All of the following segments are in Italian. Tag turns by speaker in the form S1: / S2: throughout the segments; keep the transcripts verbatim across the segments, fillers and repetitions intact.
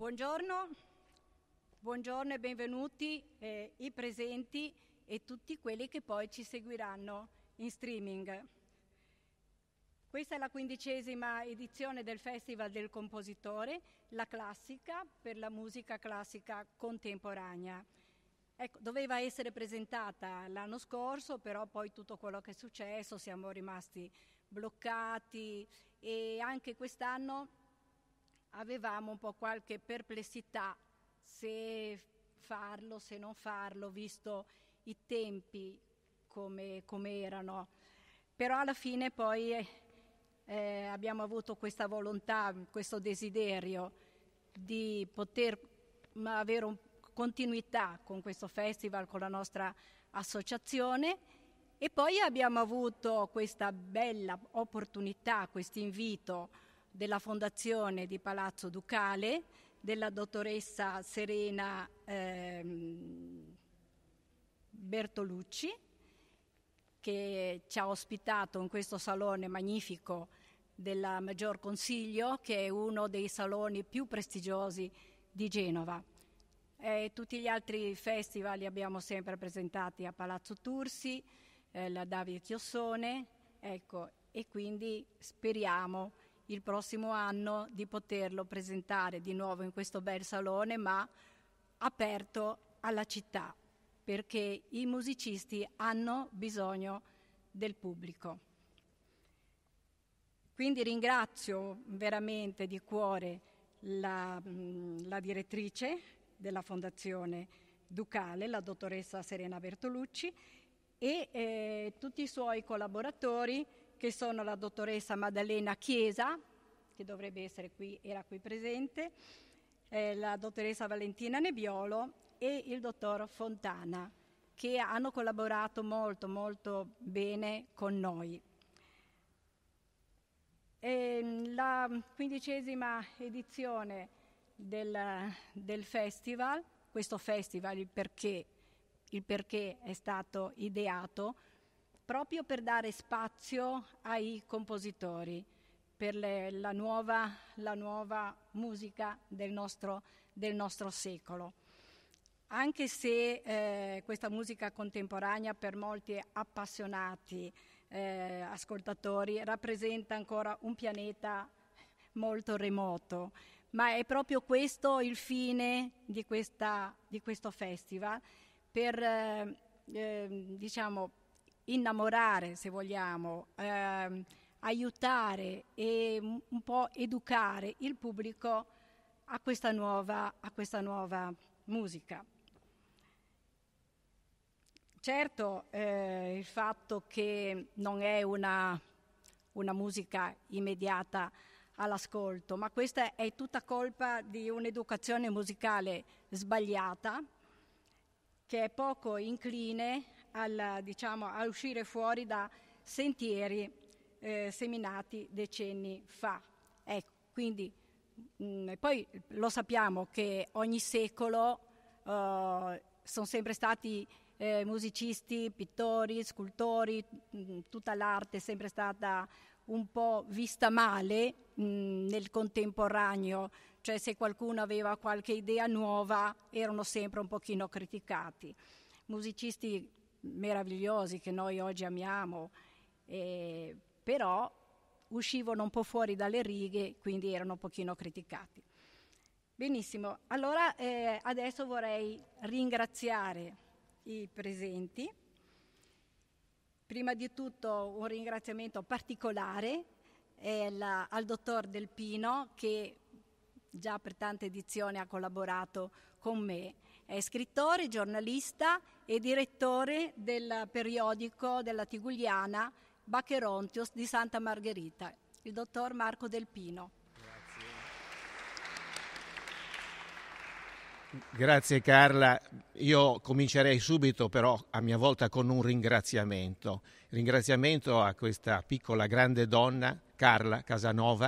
S1: Buongiorno, buongiorno e benvenuti eh, i presenti e tutti quelli che poi ci seguiranno in streaming. Questa è la quindicesima edizione del Festival del Compositore, la classica per la musica classica contemporanea. Ecco, doveva essere presentata l'anno scorso, però poi tutto quello che è successo, siamo rimasti bloccati e anche quest'anno avevamo un po' qualche perplessità se farlo, se non farlo, visto i tempi come, come erano. Però alla fine poi eh, abbiamo avuto questa volontà, questo desiderio di poter avere un, continuità con questo festival, con la nostra associazione, e poi abbiamo avuto questa bella opportunità, questo invito della Fondazione di Palazzo Ducale, della dottoressa Serena ehm, Bertolucci, che ci ha ospitato in questo salone magnifico della Maggior Consiglio, che è uno dei saloni più prestigiosi di Genova. E tutti gli altri festival li abbiamo sempre presentati a Palazzo Tursi, eh, la Davide Chiossone, ecco, e quindi speriamo il prossimo anno di poterlo presentare di nuovo in questo bel salone, ma aperto alla città, perché i musicisti hanno bisogno del pubblico. Quindi ringrazio veramente di cuore la, la direttrice della Fondazione Ducale, la dottoressa Serena Bertolucci, e eh, tutti i suoi collaboratori, che sono la dottoressa Maddalena Chiesa, che dovrebbe essere qui, era qui presente, eh, la dottoressa Valentina Nebbiolo e il dottor Fontana, che hanno collaborato molto molto bene con noi. E la quindicesima edizione del, del festival, questo festival, il perché, il perché è stato ideato proprio per dare spazio ai compositori, per le, la, nuova, la nuova musica del nostro, del nostro secolo. Anche se eh, questa musica contemporanea per molti appassionati eh, ascoltatori rappresenta ancora un pianeta molto remoto, ma è proprio questo il fine di, questa, di questo festival, per eh, eh, diciamo innamorare, se vogliamo, eh, aiutare e un po' educare il pubblico a questa nuova, a questa nuova musica. Certo, eh, il fatto che non è una, una musica immediata all'ascolto, ma questa è tutta colpa di un'educazione musicale sbagliata, che è poco incline al, diciamo, a uscire fuori da sentieri eh, seminati decenni fa. Ecco, quindi mh, poi lo sappiamo che ogni secolo eh, sono sempre stati eh, musicisti, pittori, scultori, mh, tutta l'arte è sempre stata un po' vista male mh, nel contemporaneo, cioè se qualcuno aveva qualche idea nuova erano sempre un pochino criticati. Musicisti meravigliosi che noi oggi amiamo, eh, però uscivano un po' fuori dalle righe, quindi erano un pochino criticati. Benissimo, allora eh, adesso vorrei ringraziare i presenti. Prima di tutto un ringraziamento particolare eh, la, al dottor Del Pino, che già per tante edizioni ha collaborato con me. È scrittore, giornalista e direttore del periodico della Tigugliana Bacherontios di Santa Margherita, il dottor Marco Del Pino.
S2: Grazie. Grazie Carla. Io comincerei subito però a mia volta con un ringraziamento. Ringraziamento a questa piccola grande donna, Carla Casanova,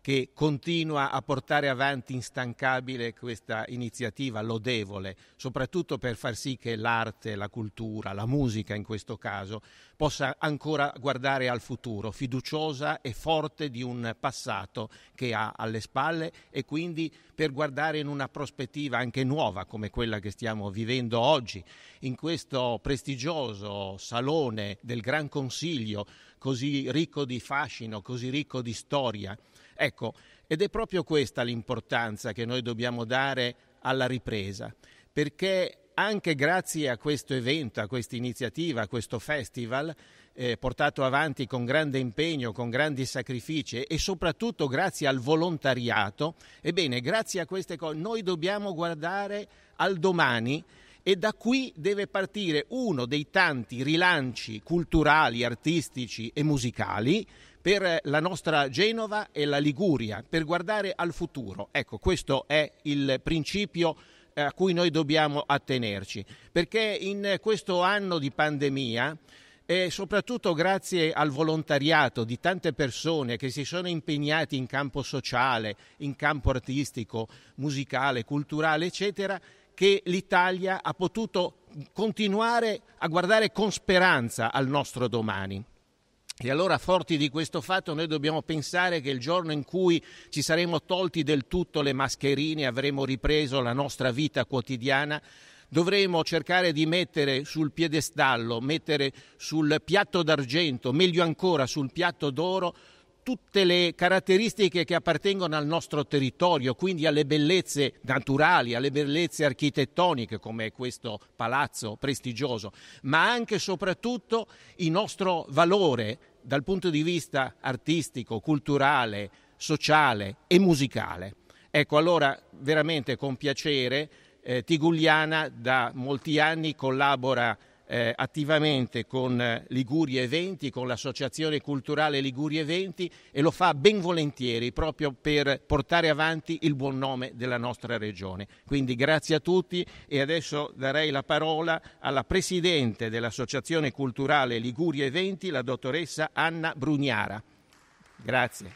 S2: che continua a portare avanti instancabile questa iniziativa lodevole, soprattutto per far sì che l'arte, la cultura, la musica in questo caso, possa ancora guardare al futuro, fiduciosa e forte di un passato che ha alle spalle, e quindi per guardare in una prospettiva anche nuova come quella che stiamo vivendo oggi, in questo prestigioso salone del Gran Consiglio, così ricco di fascino, così ricco di storia. Ecco, ed è proprio questa l'importanza che noi dobbiamo dare alla ripresa, perché anche grazie a questo evento, a questa iniziativa, a questo festival, eh, portato avanti con grande impegno, con grandi sacrifici e soprattutto grazie al volontariato, ebbene, grazie a queste cose noi dobbiamo guardare al domani, e da qui deve partire uno dei tanti rilanci culturali, artistici e musicali per la nostra Genova e la Liguria, per guardare al futuro. Ecco, questo è il principio a cui noi dobbiamo attenerci, perché in questo anno di pandemia, e soprattutto grazie al volontariato di tante persone che si sono impegnati in campo sociale, in campo artistico, musicale, culturale, eccetera, che l'Italia ha potuto continuare a guardare con speranza al nostro domani. E allora, forti di questo fatto, noi dobbiamo pensare che il giorno in cui ci saremo tolti del tutto le mascherine, avremo ripreso la nostra vita quotidiana, dovremo cercare di mettere sul piedestallo, mettere sul piatto d'argento, meglio ancora sul piatto d'oro, tutte le caratteristiche che appartengono al nostro territorio, quindi alle bellezze naturali, alle bellezze architettoniche come questo palazzo prestigioso, ma anche e soprattutto il nostro valore dal punto di vista artistico, culturale, sociale e musicale. Ecco, allora veramente con piacere eh, Tigugliana da molti anni collabora Eh, attivamente con eh, Liguria Eventi, con l'Associazione Culturale Liguria Eventi, e lo fa ben volentieri proprio per portare avanti il buon nome della nostra regione. Quindi grazie a tutti, e adesso darei la parola alla Presidente dell'Associazione Culturale Liguria Eventi, la dottoressa Anna Brugnara. Grazie.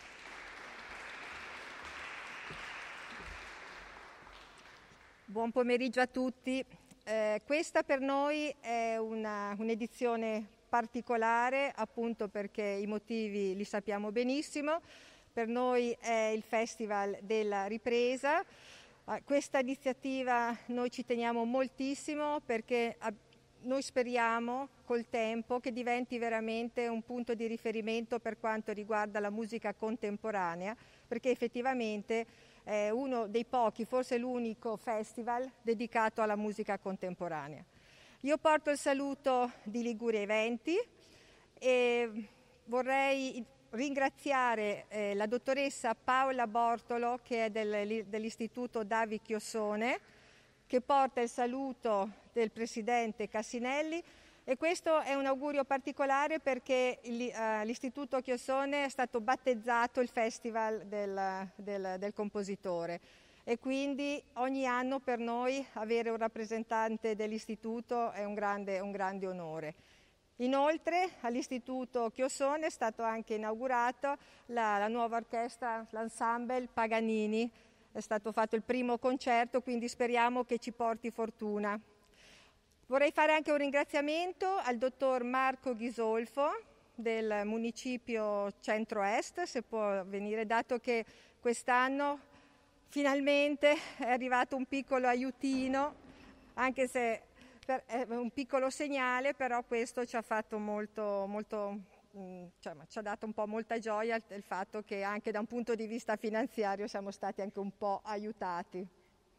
S3: Buon pomeriggio a tutti. Eh, questa per noi è una, un'edizione particolare, appunto perché i motivi li sappiamo benissimo. Per noi è il Festival della Ripresa. Eh, questa iniziativa noi ci teniamo moltissimo, perché ab- noi speriamo col tempo che diventi veramente un punto di riferimento per quanto riguarda la musica contemporanea, perché effettivamente è uno dei pochi, forse l'unico festival dedicato alla musica contemporanea. Io porto il saluto di Liguria Eventi e vorrei ringraziare eh, la dottoressa Paola Bortolo, che è del, dell'Istituto Davi Chiossone, che porta il saluto del presidente Cassinelli, e questo è un augurio particolare perché l'Istituto Chiossone è stato battezzato il Festival del, del, del Compositore, e quindi ogni anno per noi avere un rappresentante dell'Istituto è un grande, un grande onore. Inoltre all'Istituto Chiossone è stato anche inaugurato la, la nuova orchestra, l'ensemble Paganini, è stato fatto il primo concerto, quindi speriamo che ci porti fortuna. Vorrei fare anche un ringraziamento al dottor Marco Ghisolfo del Municipio Centro-Est, se può venire, dato che quest'anno finalmente è arrivato un piccolo aiutino, anche se è un piccolo segnale, però questo ci ha fatto molto, molto, cioè, ci ha dato un po' molta gioia il fatto che anche da un punto di vista finanziario siamo stati anche un po' aiutati.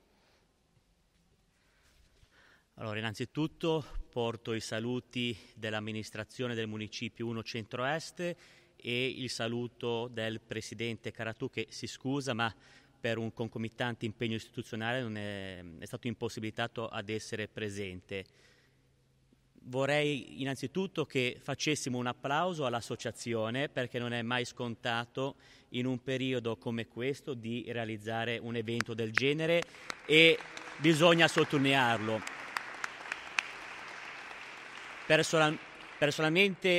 S4: Allora, innanzitutto porto i saluti dell'amministrazione del Municipio uno Centro-Est e il saluto del Presidente Caratù, che si scusa ma per un concomitante impegno istituzionale non è, è stato impossibilitato ad essere presente. Vorrei innanzitutto che facessimo un applauso all'associazione, perché non è mai scontato in un periodo come questo di realizzare un evento del genere e bisogna sottolinearlo. Personal, personalmente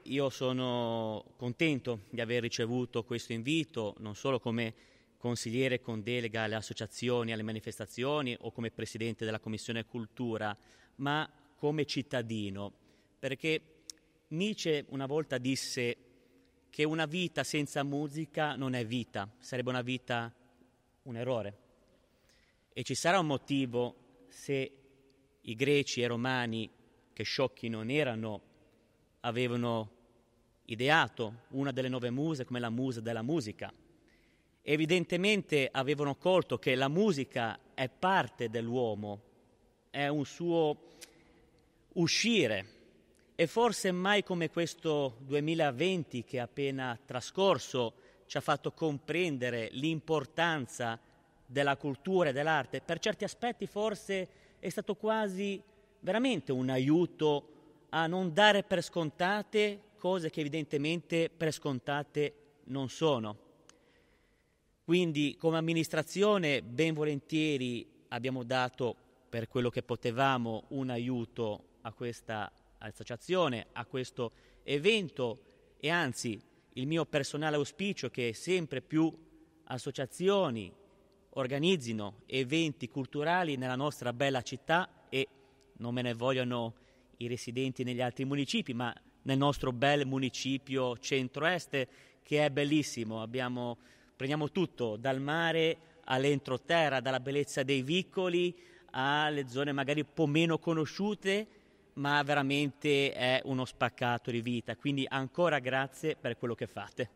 S4: io sono contento di aver ricevuto questo invito, non solo come consigliere con delega alle associazioni, alle manifestazioni o come presidente della Commissione Cultura, ma come cittadino, perché Nietzsche una volta disse che una vita senza musica non è vita, sarebbe una vita un errore. E ci sarà un motivo se i greci e i romani, che sciocchi non erano, avevano ideato una delle nove muse come la musa della musica. Evidentemente avevano colto che la musica è parte dell'uomo, è un suo uscire, e forse mai come questo duemilaventi che è appena trascorso ci ha fatto comprendere l'importanza della cultura e dell'arte. Per certi aspetti forse è stato quasi veramente un aiuto a non dare per scontate cose che evidentemente per scontate non sono. Quindi come amministrazione ben volentieri abbiamo dato per quello che potevamo un aiuto a questa associazione, a questo evento, e anzi il mio personale auspicio è che sempre più associazioni organizzino eventi culturali nella nostra bella città, e non me ne vogliono i residenti negli altri municipi, ma nel nostro bel municipio centro-est, che è bellissimo. Abbiamo, prendiamo tutto, dal mare all'entroterra, dalla bellezza dei vicoli alle zone magari un po' meno conosciute, ma veramente è uno spaccato di vita. Quindi ancora grazie per quello che fate.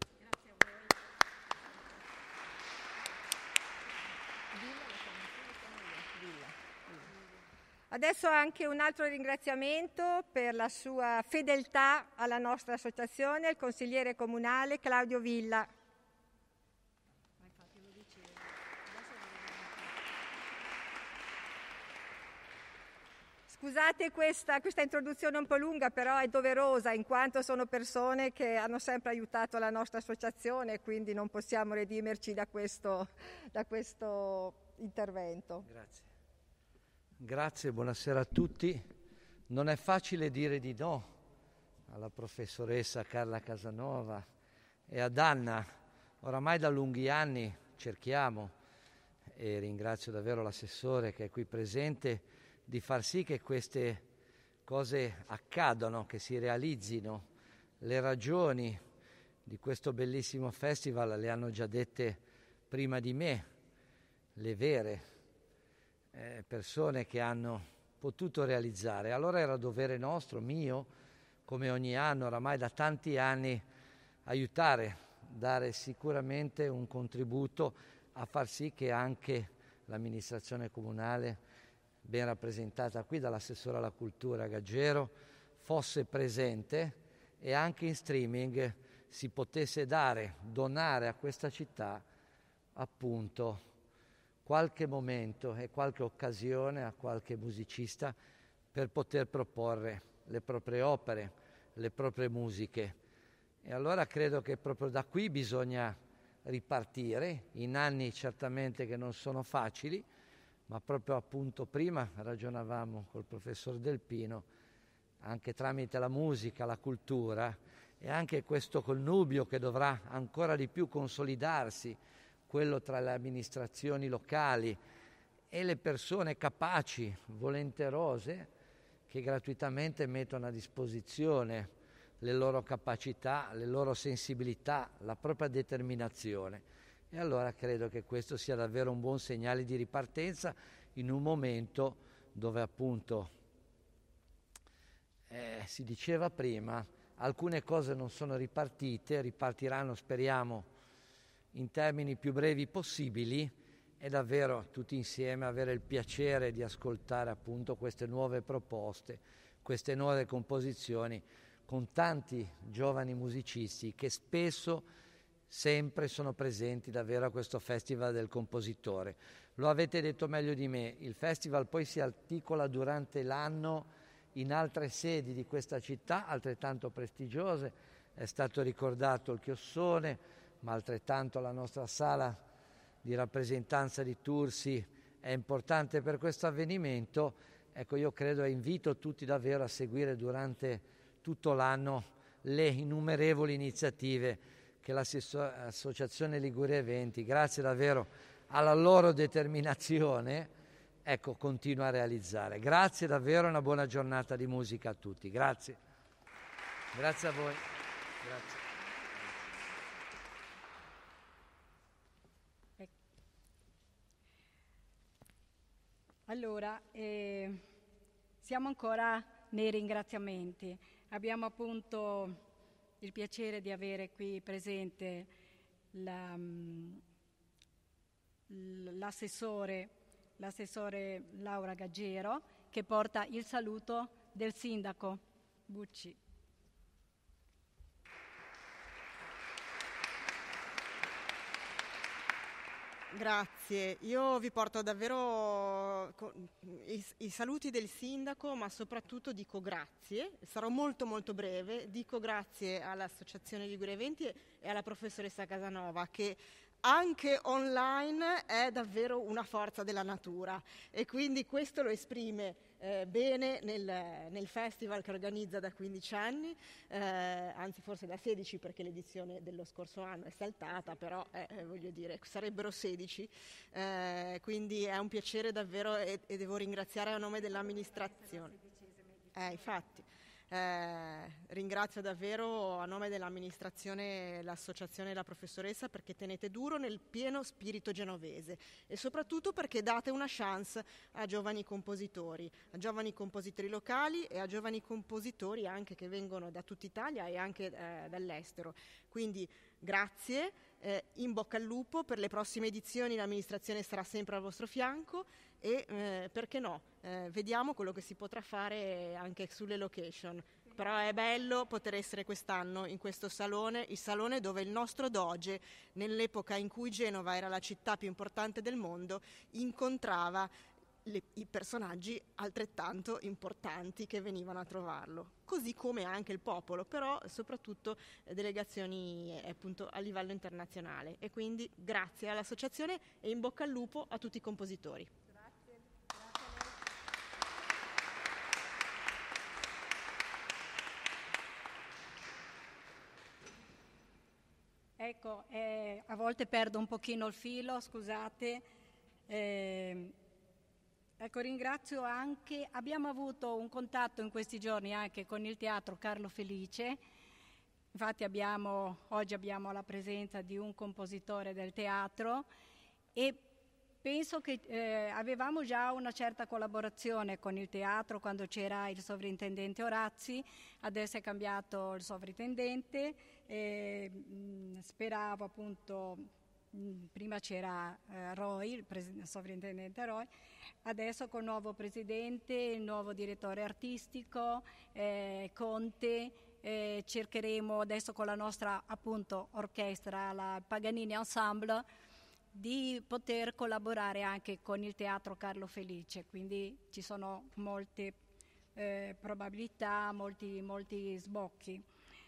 S3: Adesso anche un altro ringraziamento per la sua fedeltà alla nostra associazione, il consigliere comunale Claudio Villa. Scusate questa, questa introduzione un po' lunga, però è doverosa in quanto sono persone che hanno sempre aiutato la nostra associazione, quindi non possiamo redimerci da questo, da questo intervento.
S5: Grazie. Grazie, buonasera a tutti. Non è facile dire di no alla professoressa Carla Casanova e ad Anna. Oramai da lunghi anni cerchiamo, e ringrazio davvero l'assessore che è qui presente, di far sì che queste cose accadano, che si realizzino. Le ragioni di questo bellissimo festival le hanno già dette prima di me, le vere eh, persone che hanno potuto realizzare. Allora era dovere nostro, mio, come ogni anno, oramai da tanti anni, aiutare, dare sicuramente un contributo a far sì che anche l'amministrazione comunale, ben rappresentata qui dall'assessore alla cultura Gaggero, fosse presente e anche in streaming si potesse dare, donare a questa città appunto qualche momento e qualche occasione a qualche musicista per poter proporre le proprie opere, le proprie musiche. E allora credo che proprio da qui bisogna ripartire, in anni certamente che non sono facili, ma proprio appunto prima ragionavamo col professor Del Pino, anche tramite la musica, la cultura e anche questo connubio che dovrà ancora di più consolidarsi, quello tra le amministrazioni locali e le persone capaci, volenterose, che gratuitamente mettono a disposizione le loro capacità, le loro sensibilità, la propria determinazione. E allora credo che questo sia davvero un buon segnale di ripartenza in un momento dove appunto eh, si diceva prima, alcune cose non sono ripartite, ripartiranno speriamo in termini più brevi possibili, e davvero tutti insieme avere il piacere di ascoltare appunto queste nuove proposte, queste nuove composizioni con tanti giovani musicisti che spesso sempre sono presenti davvero a questo Festival del Compositore. Lo avete detto meglio di me, il festival poi si articola durante l'anno in altre sedi di questa città, altrettanto prestigiose, è stato ricordato il Chiossone, ma altrettanto la nostra sala di rappresentanza di Tursi è importante per questo avvenimento. Ecco, io credo e invito tutti davvero a seguire durante tutto l'anno le innumerevoli iniziative che l'Associazione Liguria Eventi, grazie davvero alla loro determinazione, ecco, continua a realizzare. Grazie davvero e una buona giornata di musica a tutti. Grazie. Grazie a voi. Grazie.
S1: Allora, eh, siamo ancora nei ringraziamenti. Abbiamo appunto il piacere di avere qui presente la, l'assessore, l'assessore Laura Gaggero, che porta il saluto del sindaco Bucci.
S6: Grazie, io vi porto davvero i, i saluti del sindaco, ma soprattutto dico grazie, sarò molto molto breve, dico grazie all'Associazione Liguria Eventi e alla professoressa Casanova, che anche online è davvero una forza della natura, e quindi questo lo esprime eh, bene nel, nel festival che organizza da quindici anni, eh, anzi forse da sedici, perché l'edizione dello scorso anno è saltata, però eh, voglio dire sarebbero sedici, eh, quindi è un piacere davvero, e, e devo ringraziare a nome dell'amministrazione. Eh, infatti. Eh, ringrazio davvero a nome dell'amministrazione, l'associazione e la professoressa, perché tenete duro nel pieno spirito genovese, e soprattutto perché date una chance a giovani compositori, a giovani compositori locali e a giovani compositori anche che vengono da tutta Italia e anche eh, dall'estero. Quindi grazie, eh, in bocca al lupo per le prossime edizioni, l'amministrazione sarà sempre al vostro fianco. E eh, perché no, eh, vediamo quello che si potrà fare anche sulle location. Però è bello poter essere quest'anno in questo salone, il salone dove il nostro Doge, nell'epoca in cui Genova era la città più importante del mondo, incontrava le, i personaggi altrettanto importanti che venivano a trovarlo, così come anche il popolo, però soprattutto eh, delegazioni eh, appunto a livello internazionale. E quindi grazie all'associazione e in bocca al lupo a tutti i compositori.
S1: Ecco, eh, a volte perdo un pochino il filo, scusate. Eh, ecco, ringrazio anche, abbiamo avuto un contatto in questi giorni anche con il Teatro Carlo Felice. Infatti abbiamo, oggi abbiamo la presenza di un compositore del teatro, e penso che eh, avevamo già una certa collaborazione con il teatro quando c'era il sovrintendente Orazzi, adesso è cambiato il sovrintendente, e, mh, speravo appunto, mh, prima c'era eh, Roy, il, pres- il sovrintendente Roy, adesso col nuovo presidente, il nuovo direttore artistico, eh, Conte, eh, cercheremo adesso con la nostra appunto orchestra, la Paganini Ensemble, di poter collaborare anche con il Teatro Carlo Felice, quindi ci sono molte eh, probabilità, molti, molti sbocchi.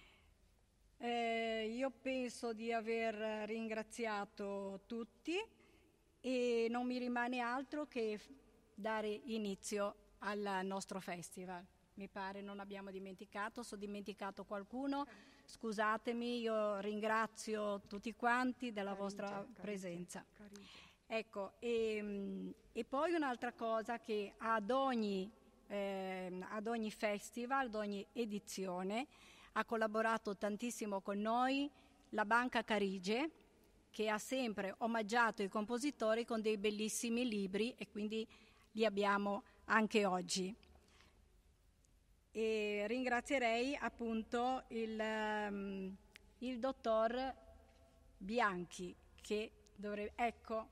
S1: Eh, io penso di aver ringraziato tutti e non mi rimane altro che dare inizio al nostro festival. Mi pare non abbiamo dimenticato, se ho dimenticato qualcuno, scusatemi, io ringrazio tutti quanti della Carigia, vostra Carigia, presenza. Carigia. Ecco, e, e poi un'altra cosa, che ad ogni, eh, ad ogni festival, ad ogni edizione, ha collaborato tantissimo con noi la Banca Carige, che ha sempre omaggiato i compositori con dei bellissimi libri, e quindi li abbiamo anche oggi. E ringrazierei appunto il, um, il dottor Bianchi, che dovrebbe... Ecco.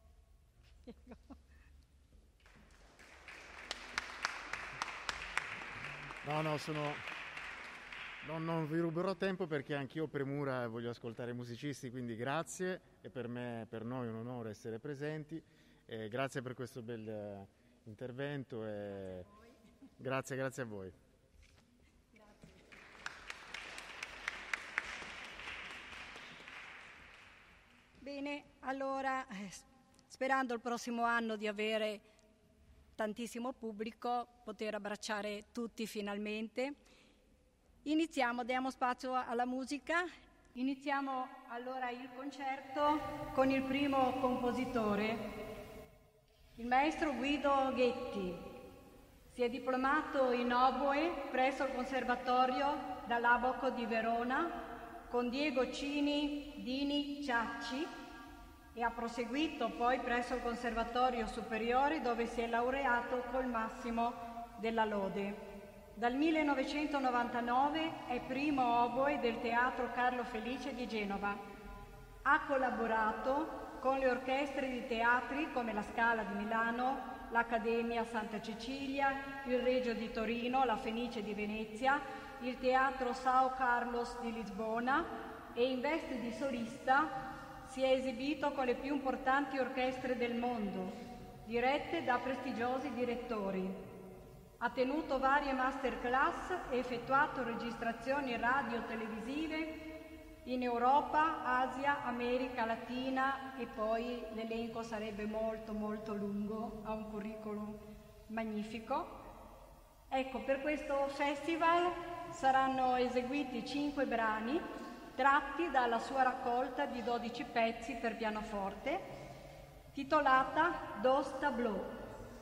S7: No, no, sono... No, non vi ruberò tempo perché anch'io ho premura e voglio ascoltare i musicisti, quindi grazie, e per me, per noi è un onore essere presenti. E grazie per questo bel intervento e grazie, grazie a voi.
S1: Bene, allora, sperando il prossimo anno di avere tantissimo pubblico, poter abbracciare tutti finalmente, Iniziamo, diamo spazio alla musica. Iniziamo allora il concerto con il primo compositore, il maestro Guido Ghetti. Si è diplomato in oboe presso il Conservatorio dall'Abaco di Verona con Diego Cini Dini Ciacci e ha proseguito poi presso il Conservatorio Superiore, dove si è laureato col massimo della lode. Dal millenovecentonovantanove è primo oboe del Teatro Carlo Felice di Genova. Ha collaborato con le orchestre di teatri come la Scala di Milano, l'Accademia Santa Cecilia, il Regio di Torino, la Fenice di Venezia, il Teatro São Carlos di Lisbona e in veste di solista si è esibito con le più importanti orchestre del mondo, dirette da prestigiosi direttori. Ha tenuto varie masterclass e effettuato registrazioni radio-televisive in Europa, Asia, America Latina e poi l'elenco sarebbe molto molto lungo, ha un curriculum magnifico. Ecco, per questo festival saranno eseguiti cinque brani tratti dalla sua raccolta di dodici pezzi per pianoforte titolata Dos Tableaux.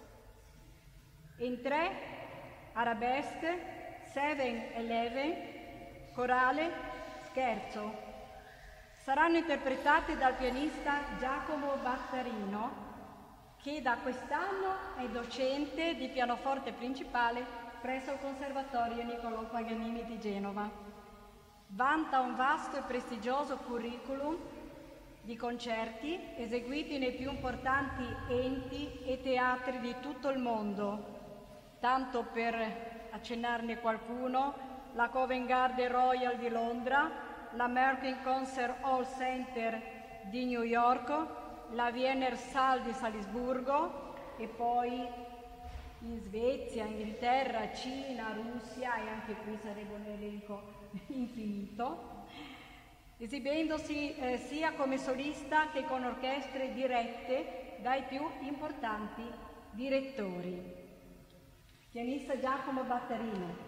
S1: In tre, arabesque, seven eleven, corale, scherzo. Saranno interpretati dal pianista Giacomo Battarino, che da quest'anno è docente di pianoforte principale presso il Conservatorio Niccolò Paganini di Genova. Vanta un vasto e prestigioso curriculum di concerti eseguiti nei più importanti enti e teatri di tutto il mondo. Tanto per accennarne qualcuno, la Covent Garden Royal di Londra, l'American Concert Hall Center di New York, la Wiener Saal di Salisburgo e poi in Svezia, Inghilterra, Cina, Russia e anche qui sarebbe un elenco infinito, esibendosi eh, sia come solista che con orchestre dirette dai più importanti direttori. Pianista Giacomo Battarino.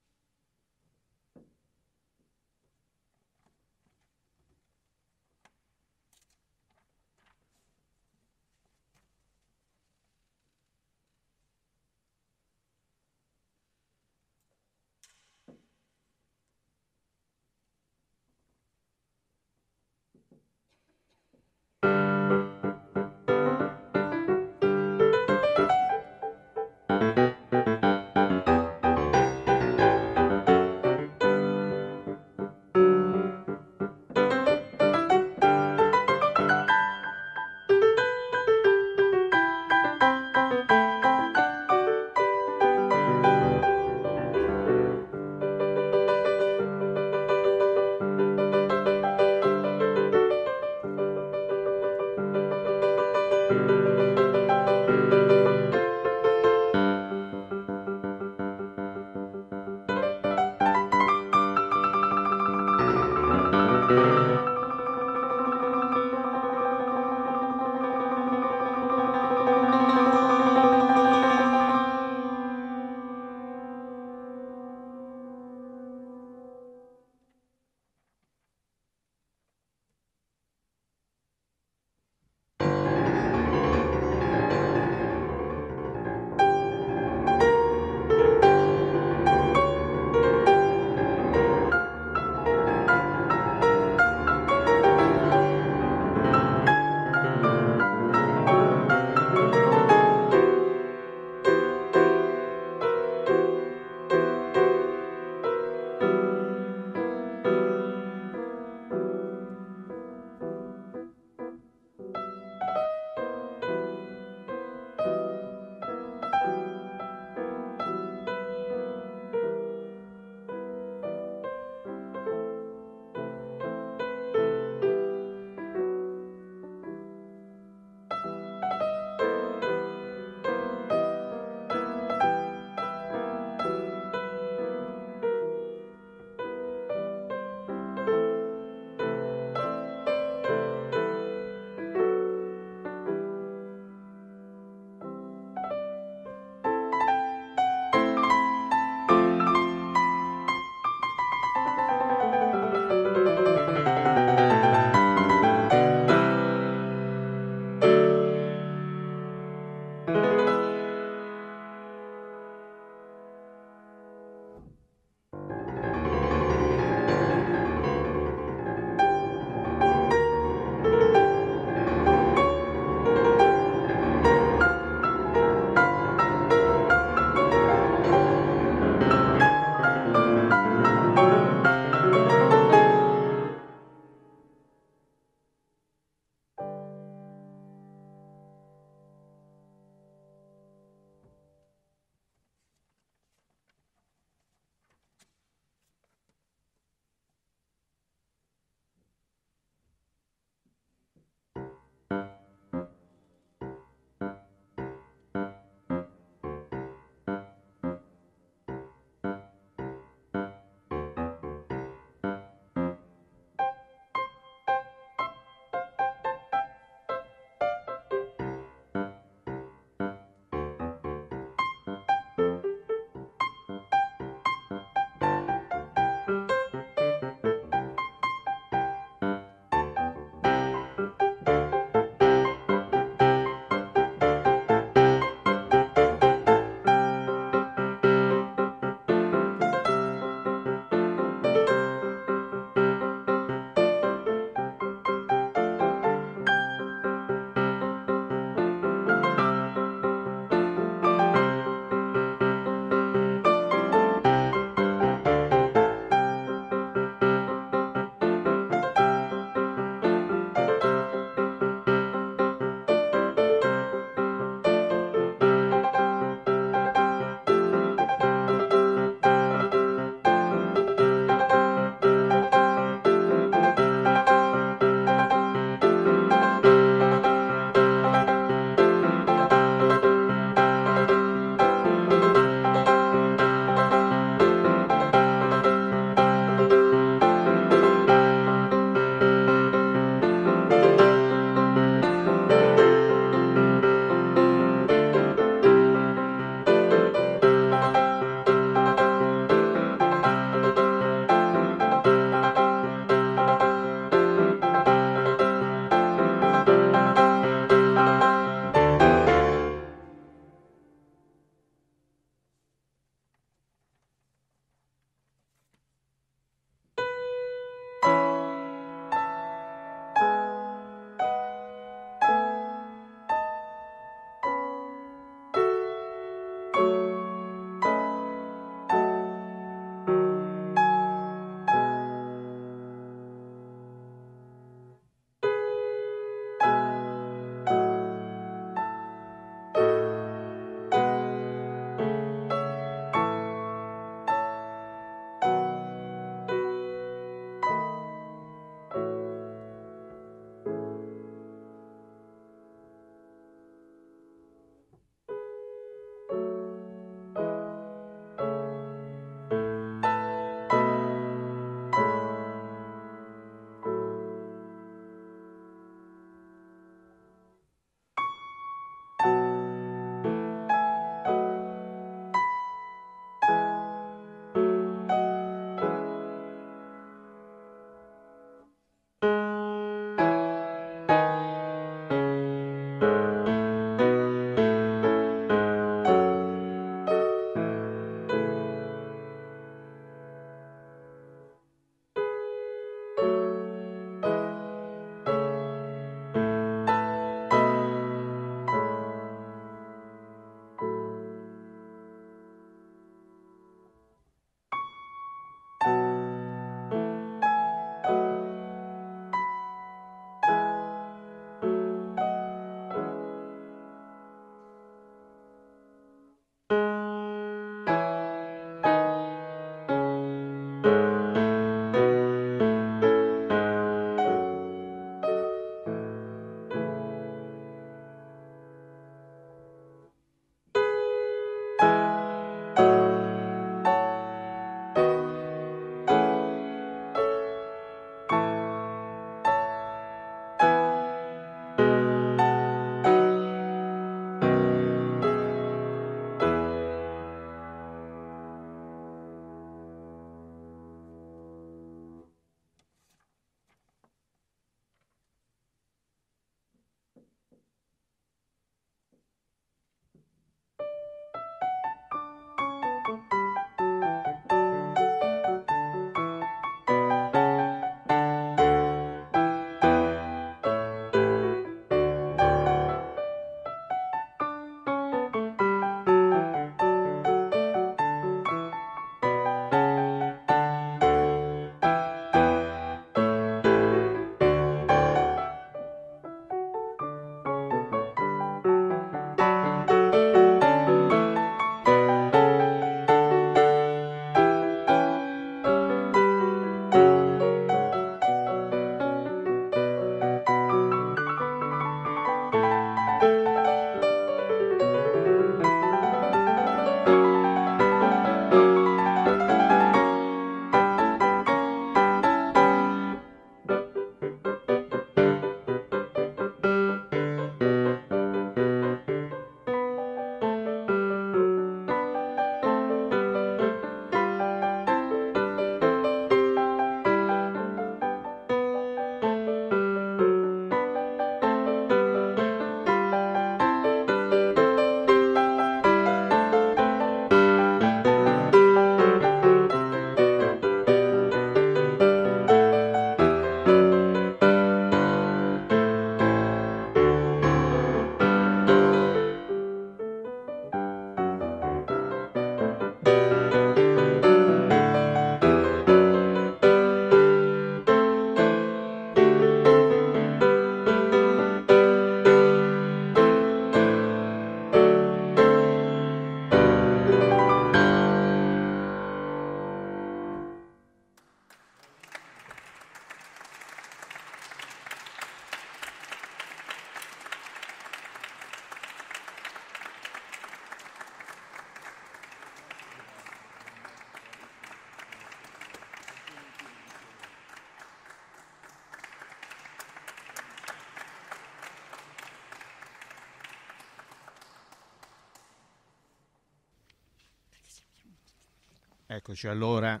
S2: Eccoci allora.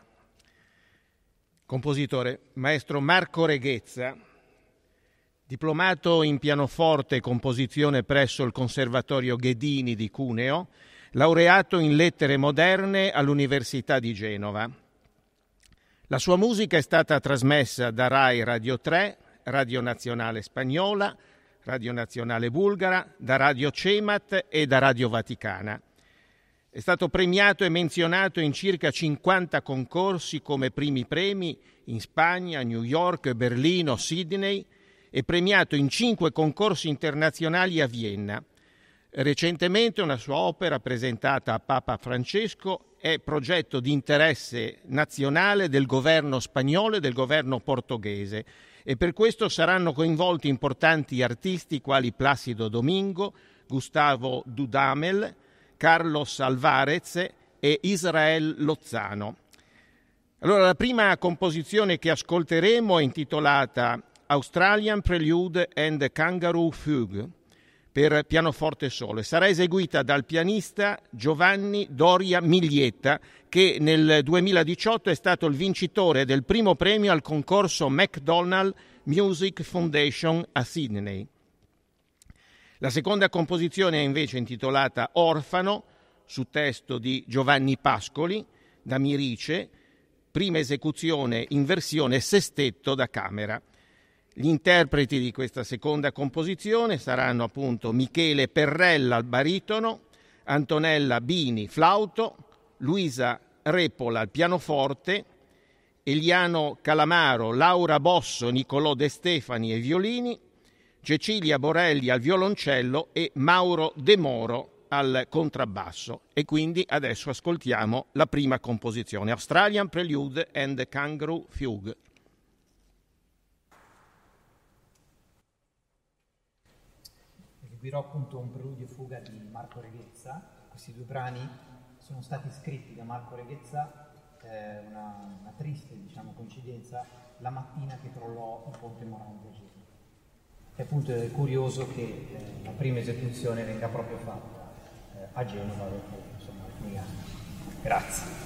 S2: Compositore, maestro Marco Reghezza, diplomato in pianoforte e composizione presso il Conservatorio Ghedini di Cuneo, laureato in lettere moderne all'Università di Genova. La sua musica è stata trasmessa da Rai Radio tre, Radio Nazionale Spagnola, Radio Nazionale Bulgara, da Radio Cemat e da Radio Vaticana. È stato premiato e menzionato in circa cinquanta concorsi come primi premi in Spagna, New York, Berlino, Sydney e premiato in cinque concorsi internazionali a Vienna. Recentemente una sua opera presentata a Papa Francesco è progetto di interesse nazionale del governo spagnolo e del governo portoghese e per questo saranno coinvolti importanti artisti quali Plácido Domingo, Gustavo Dudamel, Carlos Alvarez e Israel Lozano. Allora, la prima composizione che ascolteremo è intitolata Australian Prelude and Kangaroo Fugue per pianoforte solo e sarà eseguita dal pianista Giovanni Doria Miglietta, che nel duemiladiciotto è stato il vincitore del primo premio al concorso McDonald Music Foundation a Sydney. La seconda composizione è invece intitolata Orfano, su testo di Giovanni Pascoli, da Mirice, prima esecuzione in versione sestetto da camera. Gli interpreti di questa seconda composizione saranno appunto Michele Perrella al baritono, Antonella Bini flauto, Luisa Repola al pianoforte, Eliano Calamaro, Laura Bosso, Nicolò De Stefani ai violini, Cecilia Borelli al violoncello e Mauro De Moro al contrabbasso. E quindi adesso ascoltiamo la prima composizione, Australian Prelude and Kangaroo Fugue.
S8: Eseguirò appunto un preludio e fuga di Marco Reghezza. Questi due brani sono stati scritti da Marco Reghezza, eh, una, una triste diciamo, coincidenza, la mattina che crollò il ponte Morandi a Genova. E appunto è curioso che eh, la prima esecuzione venga proprio fatta eh, a Genova dopo insomma, alcuni anni. Grazie.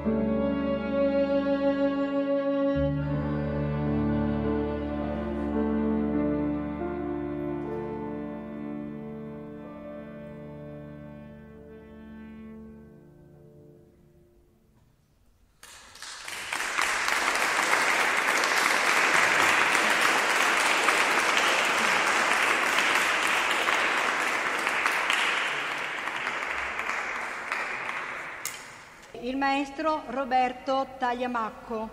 S1: Il maestro Roberto Tagliamacco,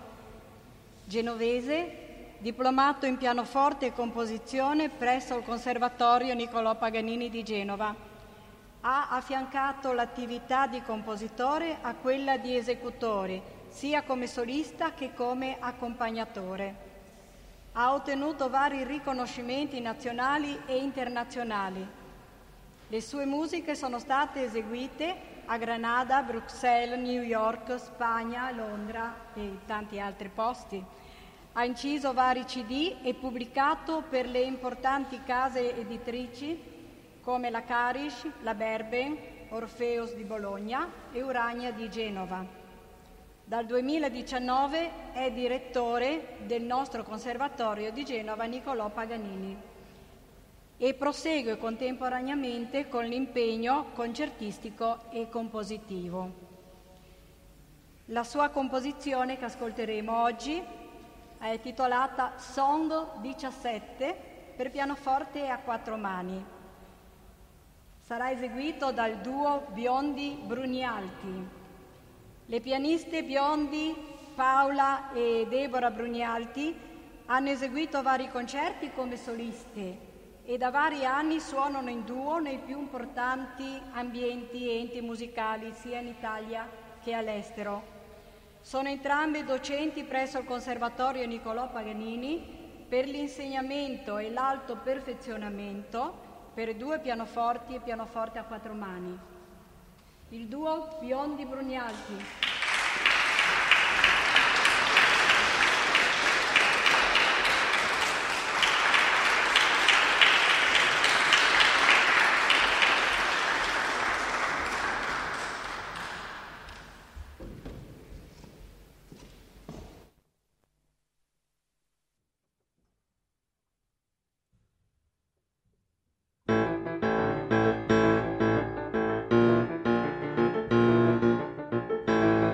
S1: genovese, diplomato in pianoforte e composizione presso il Conservatorio Niccolò Paganini di Genova. Ha affiancato l'attività di compositore a quella di esecutore, sia come solista che come accompagnatore. Ha ottenuto vari riconoscimenti nazionali e internazionali. Le sue musiche sono state eseguite a Granada, Bruxelles, New York, Spagna, Londra e tanti altri posti. Ha inciso vari C D e pubblicato per le importanti case editrici come la Carisch, la Berben, Orpheus di Bologna e Urania di Genova. Dal duemiladiciannove è direttore del nostro Conservatorio di Genova Niccolò Paganini e prosegue contemporaneamente con l'impegno concertistico e compositivo. La sua composizione che ascolteremo oggi è titolata Song diciassette per pianoforte a quattro mani. Sarà eseguito dal duo Biondi-Brunialti. Le pianiste Biondi, Paola e Deborah Brunialti hanno eseguito vari concerti come soliste e da vari anni suonano in duo nei più importanti ambienti e enti musicali sia in Italia che all'estero. Sono entrambe docenti presso il Conservatorio Niccolò Paganini per l'insegnamento e l'alto perfezionamento per due pianoforti e pianoforte a quattro mani. Il duo Biondi Brunialti.
S9: Thank you.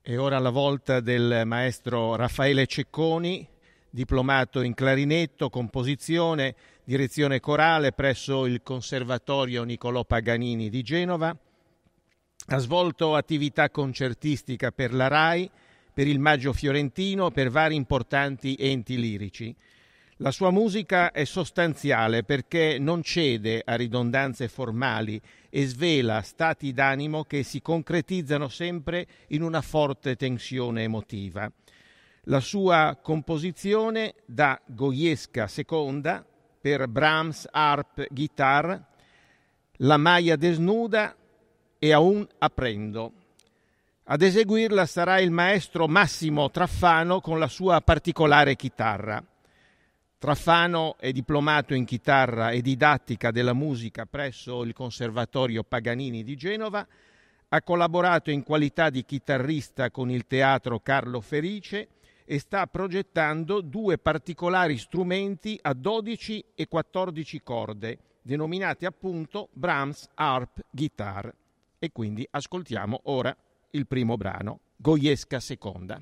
S2: È ora la volta del maestro Raffaele Cecconi, diplomato in clarinetto, composizione, direzione corale presso il Conservatorio Niccolò Paganini di Genova. Ha svolto attività concertistica per la RAI, per il Maggio Fiorentino, per vari importanti enti lirici. La sua musica è sostanziale perché non cede a ridondanze formali e svela stati d'animo che si concretizzano sempre in una forte tensione emotiva. La sua composizione da Goiesca seconda per Brahms, arp, guitar, La Maya desnuda e Aún aprendo. Ad eseguirla sarà il maestro Massimo Traffano con la sua particolare chitarra. Traffano è diplomato in chitarra e didattica della musica presso il Conservatorio Paganini di Genova, ha collaborato in qualità di chitarrista con il Teatro Carlo Ferice e sta progettando due particolari strumenti a dodici e quattordici corde, denominati appunto Brahms Harp Guitar. E quindi ascoltiamo ora il primo brano, Goiesca seconda.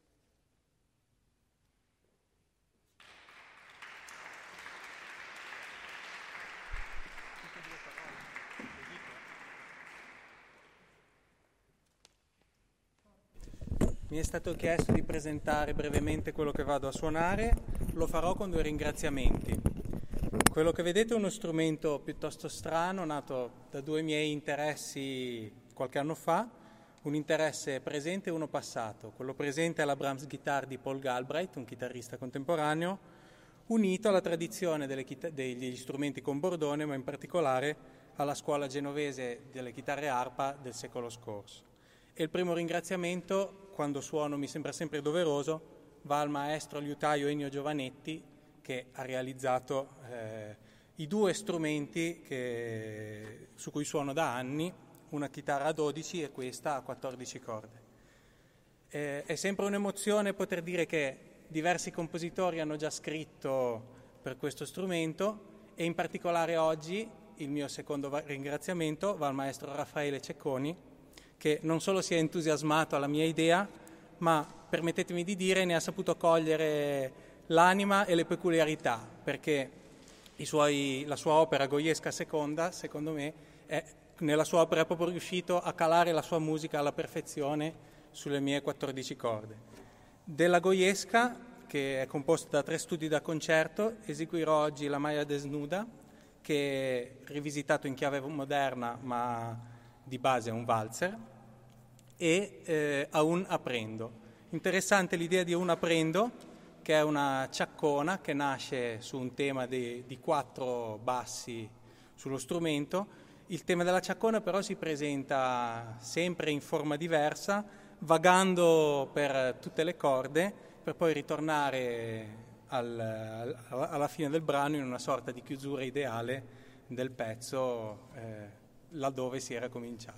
S9: Mi è stato chiesto di presentare brevemente quello che vado a suonare, lo farò con due ringraziamenti. Quello che vedete è uno strumento piuttosto strano, nato da due miei interessi qualche anno fa, un interesse presente e uno passato. Quello presente è la Brahms Guitar di Paul Galbraith, un chitarrista contemporaneo, unito alla tradizione delle chita- degli strumenti con bordone, ma in particolare alla scuola genovese delle chitarre arpa del secolo scorso. E il primo ringraziamento, quando suono mi sembra sempre doveroso, va al maestro liutaio Ennio Giovanetti, che ha realizzato eh, i due strumenti che, su cui suono da anni, una chitarra a dodici e questa a quattordici corde. Eh, è sempre un'emozione poter dire che diversi compositori hanno già scritto per questo strumento e in particolare oggi il mio secondo ringraziamento va al maestro Raffaele Cecconi, che non solo si è entusiasmato alla mia idea, ma, permettetemi di dire, ne ha saputo cogliere l'anima e le peculiarità, perché i suoi, la sua opera Goiesca seconda, secondo me, è, nella sua opera è proprio riuscito a calare la sua musica alla perfezione sulle mie quattordici corde. Della Goiesca, che è composta da tre studi da concerto, eseguirò oggi La Maya desnuda, che è rivisitato in chiave moderna, ma di base è un valzer, e eh, Aún aprendo. Interessante l'idea di Aún aprendo, che è una ciaccona che nasce su un tema di, di quattro bassi sullo strumento. Il tema della ciaccona però si presenta sempre in forma diversa, vagando per tutte le corde, per poi ritornare al, al, alla fine del brano in una sorta di chiusura ideale del pezzo, eh, laddove si era cominciato.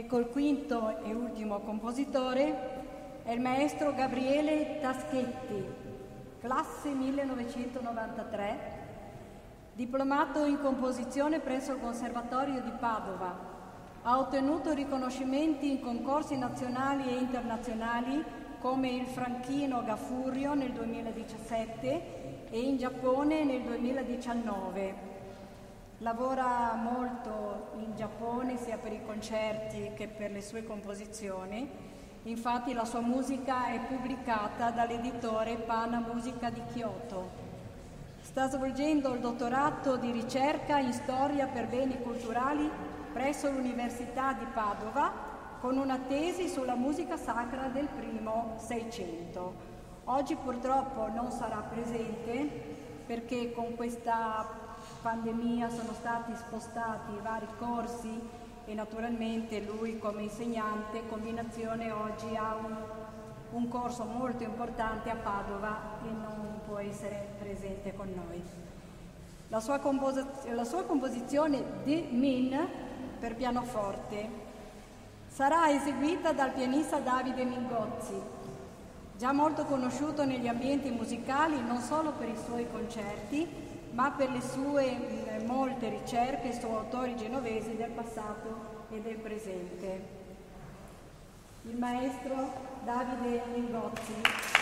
S1: Ecco, il quinto e ultimo compositore è il maestro Gabriele Taschetti, classe millenovecentonovantatré, diplomato in composizione presso il Conservatorio di Padova. Ha ottenuto riconoscimenti in concorsi nazionali e internazionali come il Franchino Gaffurio nel duemiladiciassette e in Giappone nel duemiladiciannove. Lavora molto in Giappone sia per i concerti che per le sue composizioni. Infatti la sua musica è pubblicata dall'editore Pana Musica di Kyoto. Sta svolgendo il dottorato di ricerca in storia per beni culturali presso l'Università di Padova con una tesi sulla musica sacra del primo Seicento. Oggi purtroppo non sarà presente perché con questa pandemia sono stati spostati vari corsi e naturalmente lui come insegnante combinazione oggi ha un, un corso molto importante a Padova e non può essere presente con noi. La sua, compos- la sua composizione De Min per pianoforte sarà eseguita dal pianista Davide Mingozzi, già molto conosciuto negli ambienti musicali non solo per i suoi concerti ma per le sue mh, molte ricerche su autori genovesi del passato e del presente. Il maestro Davide Mingozzi.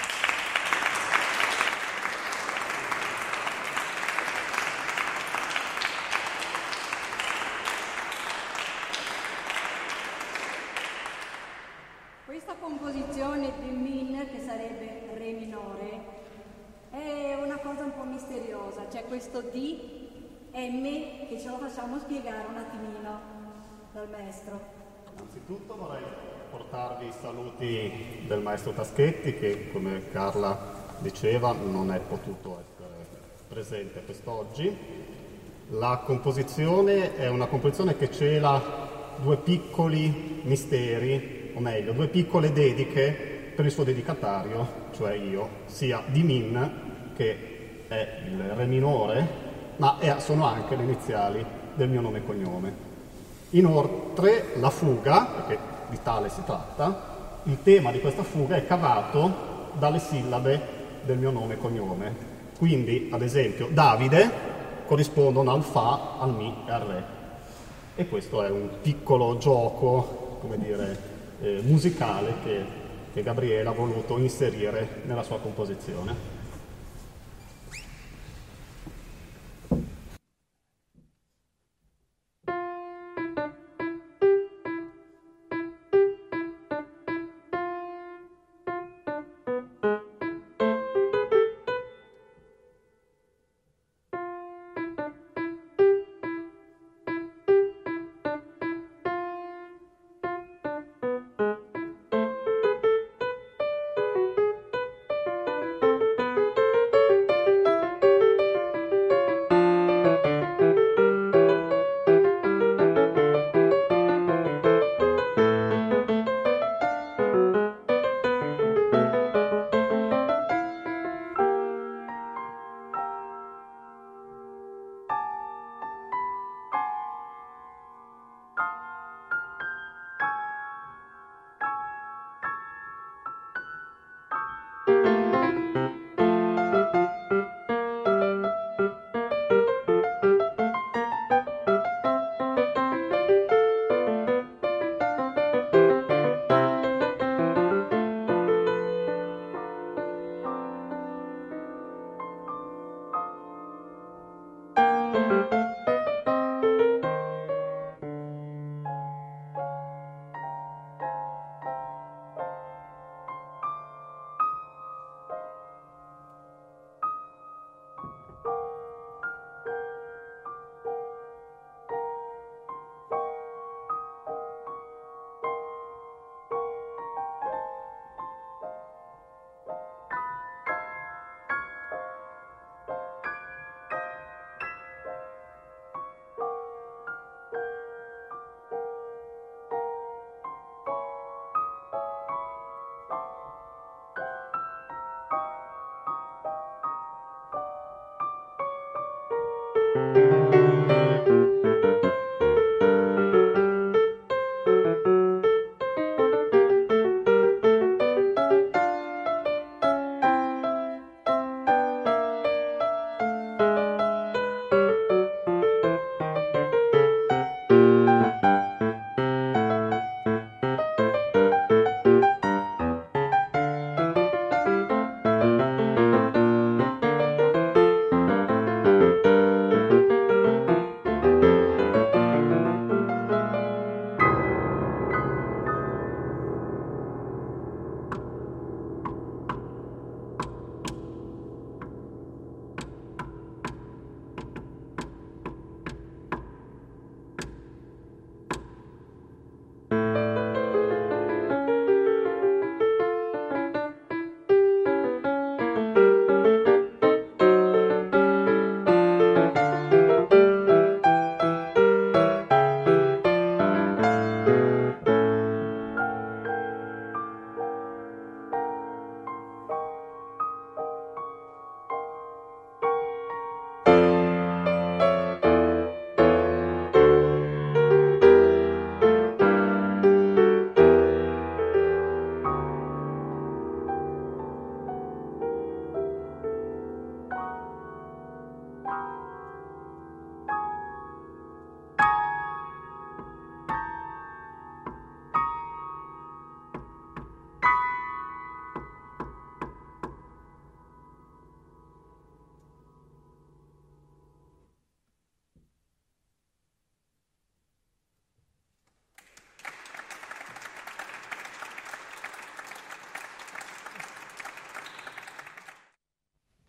S1: Questa composizione di Min, che sarebbe Re minore, è una cosa un po' misteriosa, c'è questo D, M, che ce lo facciamo spiegare un attimino dal maestro.
S10: Innanzitutto vorrei portarvi i saluti del maestro Taschetti che, come Carla diceva, non è potuto essere presente quest'oggi. La composizione è una composizione che cela due piccoli misteri, o meglio, due piccole dediche per il suo dedicatario, cioè io, sia di Min, che è il Re minore, ma è, sono anche le iniziali del mio nome e cognome. Inoltre la fuga, perché di tale si tratta, il tema di questa fuga è cavato dalle sillabe del mio nome e cognome. Quindi, ad esempio, Davide corrispondono al Fa, al Mi e al Re. E questo è un piccolo gioco, come dire, eh, musicale che che Gabriele ha voluto inserire nella sua composizione.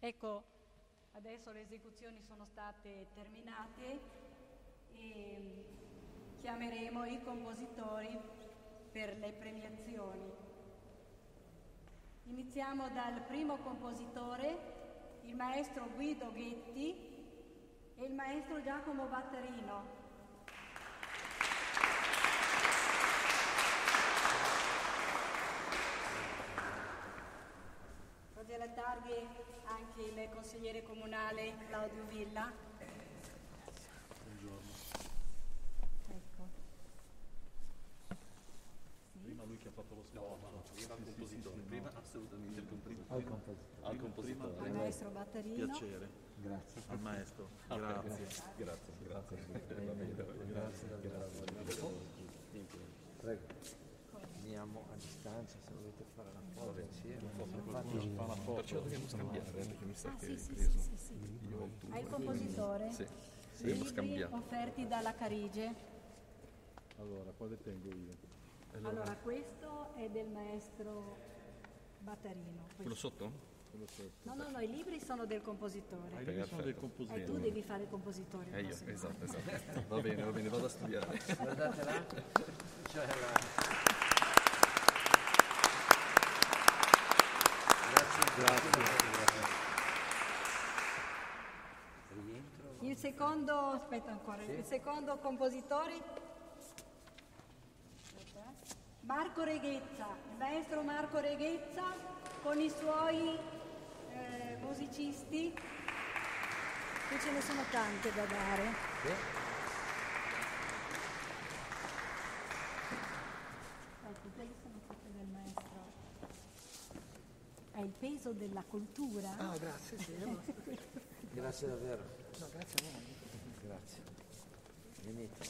S1: Ecco, adesso le esecuzioni sono state terminate e chiameremo i compositori per le premiazioni. Iniziamo dal primo compositore, il maestro Guido Ghetti e il maestro Giacomo Battarino. Oggi alla targhe anche il consigliere comunale Claudio Villa.
S11: Buongiorno.
S1: Ecco.
S11: Prima lui che ha fatto lo sforzo. No, prima il compositore.
S12: Sì, sì, prima assolutamente il compositore.
S11: Al compositore.
S12: Al compositore.
S1: Al maestro Battarino.
S11: Piacere.
S12: Grazie.
S11: Al maestro.
S12: Ah,
S11: Grazie.
S12: Grazie. Grazie.
S5: Grazie davvero. Prego. Veniamo a distanza se volete fare una foto insieme.
S12: Fa una foto. Perciò dobbiamo scambiare perché mi sa
S1: Ah,
S12: che
S1: sì,
S12: hai
S1: sì,
S12: preso.
S1: sì, sì, sì.
S12: Io ho il tuo.
S1: Hai il compositore?
S12: Sì.
S1: Libri
S12: Dobbiamo scambiare.
S1: offerti dalla Carige.
S11: Allora, quale tengo io?
S1: Allora, questo è del maestro Battarino.
S12: Quello
S1: Questo.
S12: sotto?
S11: Quello sotto.
S1: No, no, no, i libri sono del compositore.
S11: Ah, i libri sono del
S1: E
S11: compositore.
S1: tu devi fare il compositore.
S12: Eh io,
S1: no, se no.
S12: esatto, esatto. Va bene, va bene, vado a studiare.
S5: Guardate là. Cioè la...
S1: Il secondo, aspetta ancora,
S5: Sì.
S1: il secondo compositore, Marco Reghezza, il maestro Marco Reghezza con i suoi eh, musicisti, qui ce ne sono tante da dare.
S5: Sì.
S1: Ecco, quelle sono tutte del maestro. È il peso della cultura.
S13: Ah, grazie, sì.
S5: Grazie davvero.
S13: No, grazie a voi.
S5: Grazie. Venite.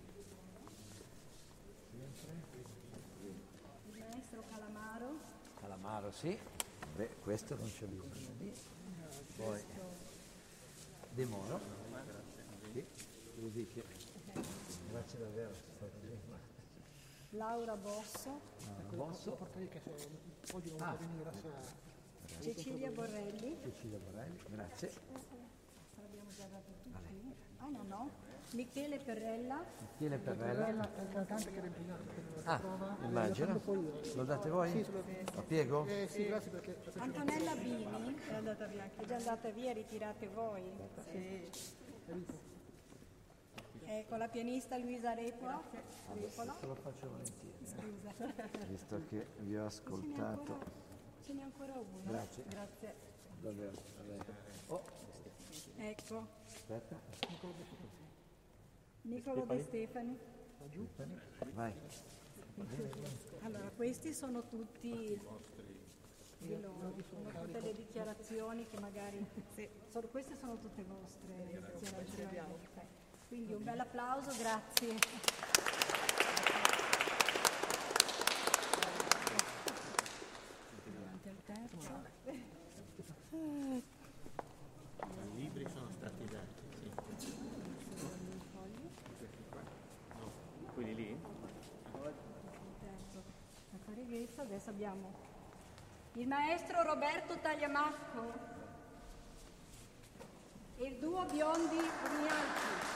S1: Il maestro Calamaro.
S5: Calamaro, sì. Beh, questo non c'è bisogno di. Poi De Moro. Sì. Devo dire che grazie davvero, è stato bene.
S1: Laura Bosso.
S5: Laura Bosso.
S13: Portare che se oggi non
S5: Ah.
S13: può venire a sera.
S1: Cecilia Borrelli.
S5: Cecilia Borrelli, grazie.
S1: L'abbiamo già dato tutti. Ah no, no. Michele Perrella.
S5: Michele Perrella.
S13: È il cantante che era impegnato per la
S5: Ah,
S13: prova.
S5: immagino.
S13: Lo prendo poi io.
S5: Lo date voi?
S13: Sì, lo-
S5: Lo piego?
S13: Eh, sì, grazie perché...
S1: Antonella Bini. È andata via anche. È già andata via, ritirate voi. Sì. Ecco la pianista Luisa Repola. Repola.
S5: Te lo faccio volentieri.
S1: Scusa.
S5: Visto che vi ho ascoltato.
S1: Ce n'è ancora uno.
S5: Grazie.
S1: Grazie.
S5: Davvero. davvero. Oh,
S1: Ecco.
S5: aspetta.
S1: Nicolo De Stefani.
S5: Vai.
S1: Allora, questi sono tutti di loro, sono tutte le dichiarazioni che magari sono- queste sono tutte vostre dichiarazioni. Quindi un bel applauso, grazie. Davanti al terzo.
S4: I libri sono stati dati, sì. No, quelli lì?
S1: Il terzo. La Careghezza, adesso abbiamo il maestro Roberto Tagliamacco e il duo Biondi Brugnanti.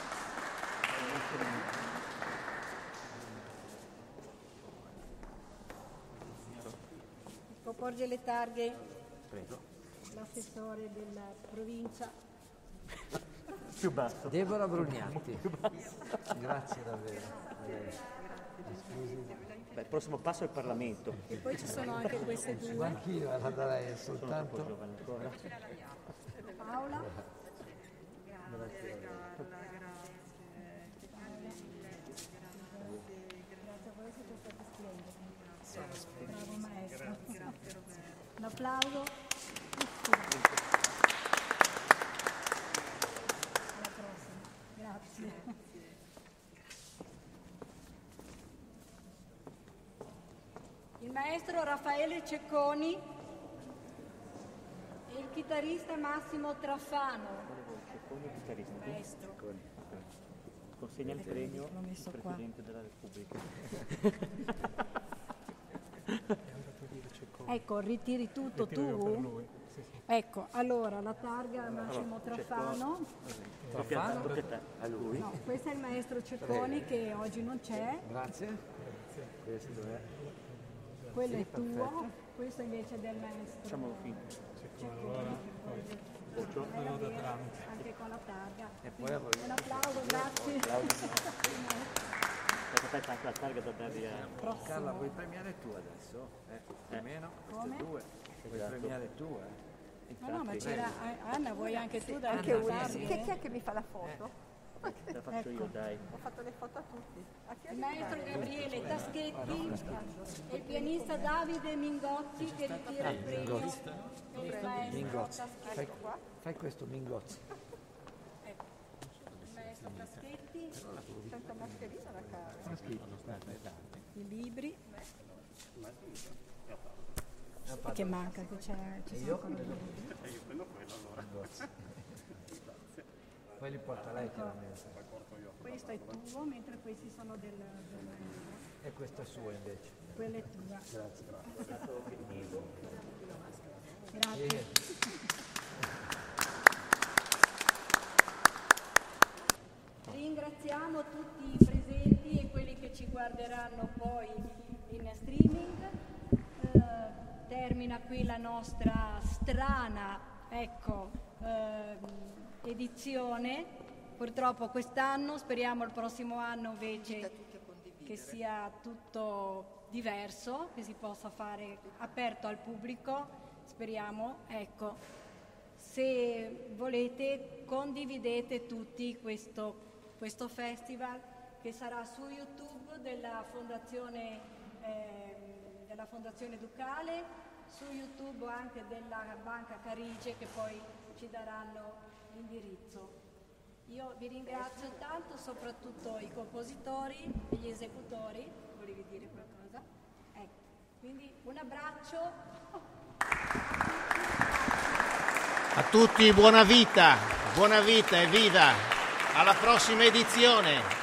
S1: Ecco, porge le targhe
S5: Prego.
S1: l'assessore della provincia.
S4: Più basso.
S5: Deborah Brugnatti. Grazie davvero. Eh, Scusi.
S4: Beh, il prossimo passo è il Parlamento.
S1: E poi ci sono anche queste due.
S5: Anch'io la darei
S4: Sono troppo
S5: soltanto.
S4: giovane ancora.
S1: Paola.
S5: Grazie.
S1: Grazie a voi, siete stati splendidi. Bravo maestro. Un applauso. Alla prossima. Grazie. Il maestro Raffaele Cecconi e il chitarrista Massimo Traffano.
S4: Cecconi, chitarrista.
S1: Maestro.
S4: Consegna il premio
S1: L'ho messo
S4: al
S1: qua.
S4: Presidente della Repubblica.
S1: Ecco, ritiri tutto
S13: Ritiro io
S1: tu?
S13: per lui.
S1: Ecco, allora la targa Massimo Trafano.
S5: Trafano?
S4: A lui.
S1: No, questo è il maestro Cecconi che oggi non c'è.
S5: Grazie. Questo è.
S1: Quello
S5: Sì,
S1: è tuo,
S5: perfetto.
S1: questo invece è del maestro.
S4: Facciamolo finto.
S1: Cecconi. Anche con la targa.
S5: E poi
S1: Un applauso, grazie.
S4: Aspetta, anche la targa da dargli a...
S5: Carla, puoi premiare tu adesso? Eh, più o meno, queste
S1: Come?
S5: due. Puoi
S4: Esatto.
S5: premiare tu, eh.
S1: Ma no, ma c'era Anna, vuoi anche tu dare
S3: Anche
S1: una
S3: una.
S1: targa?
S3: Chi, chi è che mi fa la foto?
S4: La faccio io, dai.
S3: Ho fatto le foto a tutti. A chi
S1: Il maestro Gabriele Taschetti e il pianista Davide Mingotti che ritira il premio per il maestro
S5: Mingozzi.
S1: Taschetti.
S5: Fai, fai questo, Mingozzi.
S1: Ecco, il maestro Taschetti,
S3: senza mascherina la cara.
S1: i libri. E che manca, che c'è, ci sono ancora due libri.
S10: E io prendo quello allora.
S5: Poi li porta lei chiaramente.
S1: Questo è tuo, mentre questi sono del, del
S5: E questa è sua invece.
S1: quella è tua.
S5: Grazie.
S1: Grazie. Ringraziamo tutti i presenti e quelli che ci guarderanno poi in streaming. Eh, termina qui la nostra strana, ecco, eh, edizione. Purtroppo quest'anno, speriamo il prossimo anno invece che sia tutto diverso, che si possa fare aperto al pubblico, speriamo, ecco. Se volete condividete tutti questo, questo festival che sarà su YouTube della Fondazione, eh, della Fondazione Ducale, su YouTube anche della Banca Carige che poi ci daranno l'indirizzo. Io vi ringrazio tanto, soprattutto i compositori e gli esecutori. Volevi dire qualcosa? Ecco, quindi un abbraccio.
S2: A tutti buona vita, buona vita e viva! Alla prossima edizione!